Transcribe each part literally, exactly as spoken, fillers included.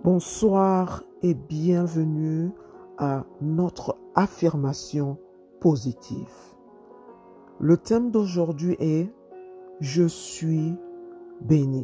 Bonsoir et bienvenue à notre affirmation positive. Le thème d'aujourd'hui est « Je suis béni ».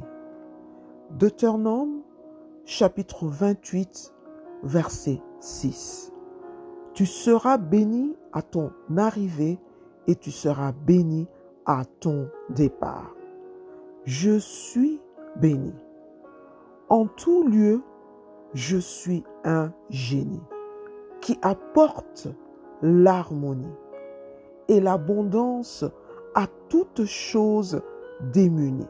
Deutéronome chapitre vingt-huit, verset six. Tu seras béni à ton arrivée et tu seras béni à ton départ. Je suis béni. En tout lieu, je suis un génie qui apporte l'harmonie et l'abondance à toute chose démunie.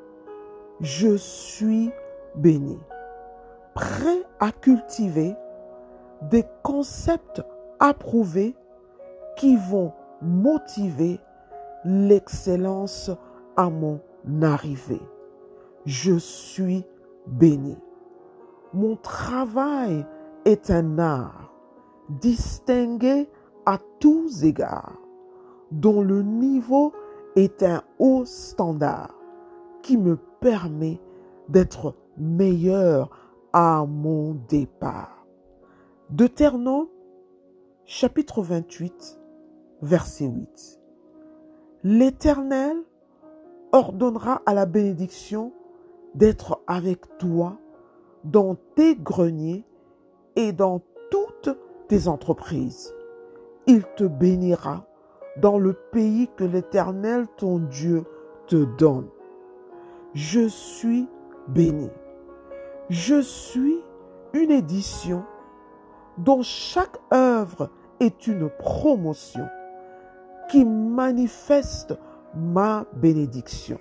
Je suis béni, prêt à cultiver des concepts approuvés qui vont motiver l'excellence à mon arrivée. Je suis béni. Mon travail est un art distingué à tous égards, dont le niveau est un haut standard qui me permet d'être meilleur à mon départ. Deutéronome chapitre vingt-huit, verset huit. L'Éternel ordonnera à la bénédiction d'être avec toi dans tes greniers et dans toutes tes entreprises. Il te bénira dans le pays que l'Éternel ton Dieu te donne. Je suis béni. Je suis une édition dont chaque œuvre est une promotion qui manifeste ma bénédiction.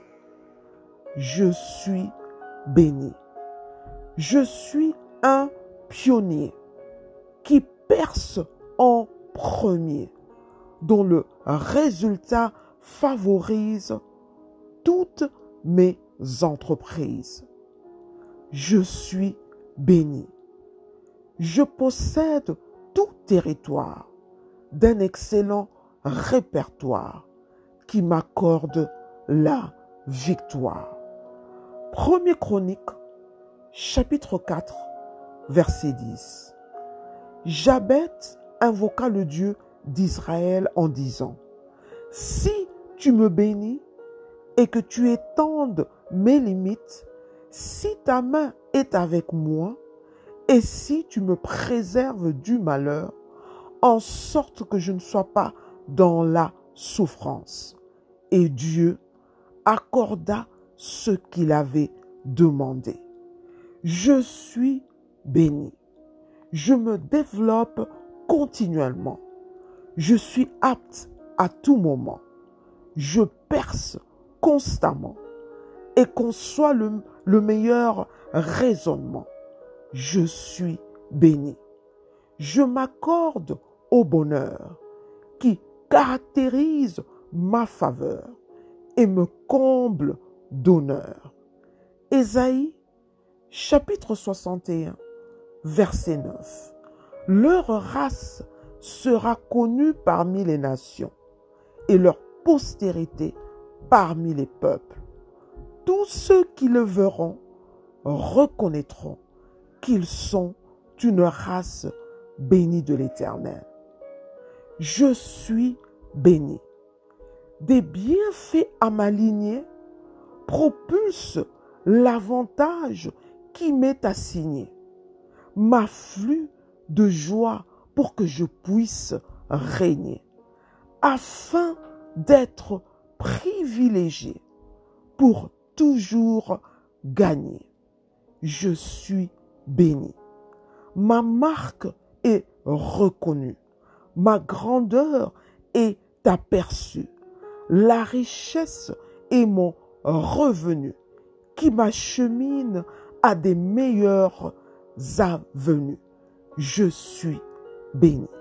Je suis béni. Je suis un pionnier qui perce en premier, dont le résultat favorise toutes mes entreprises. Je suis béni. Je possède tout territoire d'un excellent répertoire qui m'accorde la victoire. Premier Chronique, chapitre quatre, verset dix. Jabez invoqua le Dieu d'Israël en disant : si tu me bénis et que tu étendes mes limites, si ta main est avec moi et si tu me préserves du malheur, en sorte que je ne sois pas dans la souffrance. Et Dieu accorda ce qu'il avait demandé. Je suis béni. Je me développe continuellement. Je suis apte à tout moment. Je perce constamment et conçois le, le meilleur raisonnement. Je suis béni. Je m'accorde au bonheur qui caractérise ma faveur et me comble d'honneur. Ésaïe chapitre soixante et un, verset neuf. Leur race sera connue parmi les nations et leur postérité parmi les peuples. Tous ceux qui le verront reconnaîtront qu'ils sont une race bénie de l'Éternel. Je suis béni. Des bienfaits à ma lignée propulsent l'avantage qui m'est assigné, m'afflue de joie pour que je puisse régner, afin d'être privilégié pour toujours gagner. Je suis béni. Ma marque est reconnue, ma grandeur est aperçue, la richesse est mon revenu qui m'achemine à des meilleures avenues. Je suis béni.